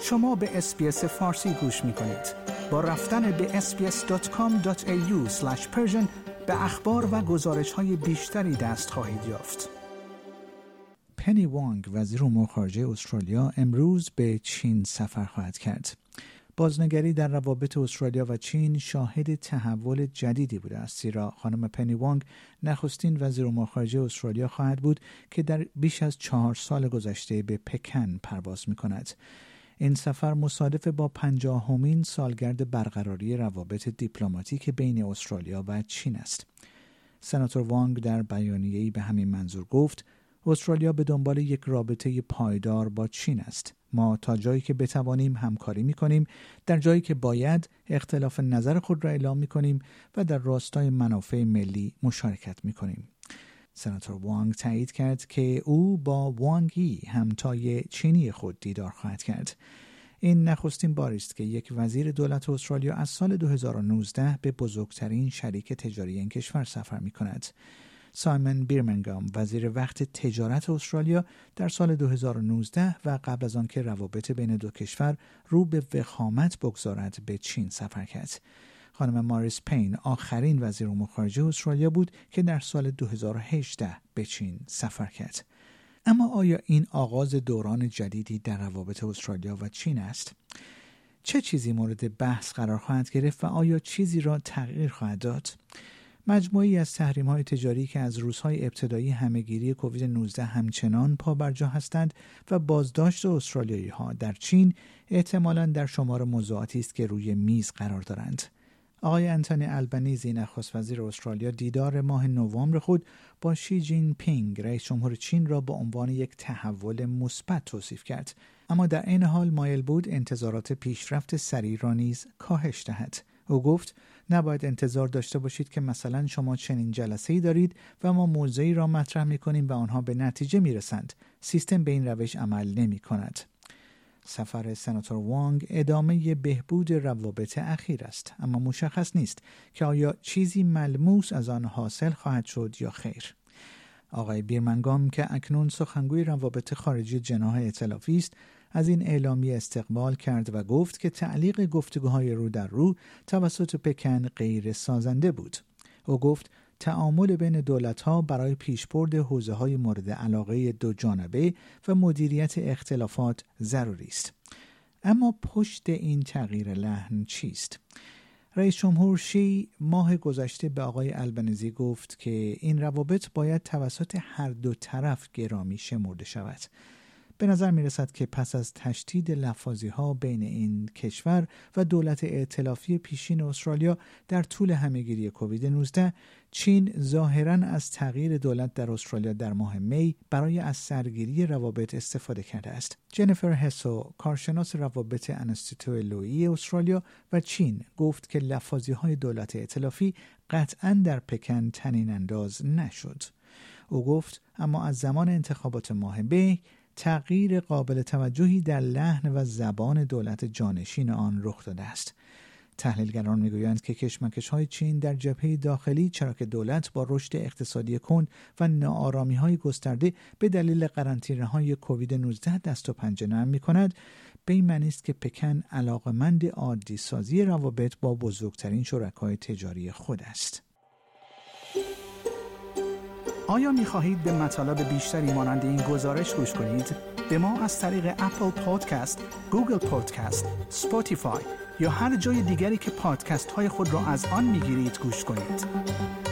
شما به SBS فارسی گوش می‌کنید. با رفتن به sbs.com.au/persian به اخبار و گزارش‌های بیشتری دست خواهید یافت. پنی وانگ وزیر امور خارجه استرالیا امروز به چین سفر خواهد کرد. بازنگری در روابط استرالیا و چین شاهد تحول جدیدی بوده است، زیرا خانم پنی وانگ نخستین وزیر امور خارجه استرالیا خواهد بود که در بیش از 4 سال گذشته به پکن پرواز می‌کند. این سفر مصادف با 50مین سالگرد برقراری روابط دیپلماتیک بین استرالیا و چین است. سناتور وانگ در بیانیه‌ای به همین منظور گفت: استرالیا به دنبال یک رابطه پایدار با چین است. ما تا جایی که بتوانیم همکاری می‌کنیم، در جایی که باید اختلاف نظر خود را اعلام می‌کنیم و در راستای منافع ملی مشارکت می‌کنیم. سناتور وانگ تایید کرد که او با وانگ یی همتای چینی خود دیدار خواهد کرد. این نخستین باری است که یک وزیر دولت استرالیا از سال 2019 به بزرگترین شریک تجاری این کشور سفر می‌کند. سایمون بیرمنگام وزیر وقت تجارت استرالیا در سال 2019 و قبل از آن که روابط بین دو کشور رو به وخامت بگذارد به چین سفر کرد. خانم ماریس پین آخرین وزیر امور خارجه استرالیا بود که در سال 2018 به چین سفر کرد. اما آیا این آغاز دوران جدیدی در روابط استرالیا و چین است؟ چه چیزی مورد بحث قرار خواهد گرفت و آیا چیزی را تغییر خواهد داد؟ مجموعی از تحریم‌های تجاری که از روزهای ابتدایی همه‌گیری کووید 19 همچنان پابرجا هستند و بازداشت استرالیایی‌ها در چین احتمالاً در شمار موضوعاتی است که روی میز قرار دارند. آقای انتونی البنیزی نخست وزیر استرالیا دیدار ماه نوامبر خود با شی جین پینگ رئیس جمهور چین را به عنوان یک تحول مثبت توصیف کرد، اما در عین حال مایل بود انتظارات پیشرفت سریع را نیز کاهش دهد. او گفت: نباید انتظار داشته باشید که مثلا شما چنین جلسه‌ای دارید و ما موضوعی را مطرح می‌کنیم و آنها به نتیجه می‌رسند. سیستم به این روش عمل نمی‌کند. سفر سناتور وانگ ادامه بهبود روابط اخیر است، اما مشخص نیست که آیا چیزی ملموس از آن حاصل خواهد شد یا خیر. آقای بیرمنگام که اکنون سخنگوی روابط خارجی جناح ائتلافی است، از این اعلامیه استقبال کرد و گفت که تعلیق گفتگوهای رو در رو توسط پکن غیر سازنده بود. او گفت تعامل بین دولت‌ها برای پیشبرد حوزه‌های مورد علاقه دو جانبه و مدیریت اختلافات ضروری است. اما پشت این تغییر لحن چیست؟ رئیس جمهور شی ماه گذشته به آقای البنیزی گفت که این روابط باید توسط هر دو طرف گرامی شمرده شود. به نظر می رسد که پس از تشدید لفاظی‌ها بین این کشور و دولت ائتلافی پیشین استرالیا در طول همه‌گیری کووید 19، چین ظاهراً از تغییر دولت در استرالیا در ماه می برای از سرگیری روابط استفاده کرده است. جنیفر هسو، کارشناس روابط انستیتو لویی استرالیا و چین، گفت که لفاظی‌های دولت ائتلافی قطعاً در پکن طنین انداز نشد. او گفت اما از زمان انتخابات ماه می تغییر قابل توجهی در لحن و زبان دولت جانشین آن رخ داده است. تحلیلگران میگویند که کشمکش‌های چین در جبهه داخلی، چرا که دولت با رشد اقتصادی کند و ناآرامی‌های گسترده به دلیل قرنطینه‌های کووید 19 دست و پنجه نرم می‌کند، به این معنی است که پکن علاقه‌مند عادی سازی روابط با بزرگترین شرکای تجاری خود است. آیا می‌خواهید به مطالب بیشتری مانند این گزارش گوش کنید؟ به ما از طریق اپل پادکست، گوگل پادکست، اسپاتیفای یا هر جای دیگری که پادکست‌های خود را از آن می‌گیرید گوش کنید.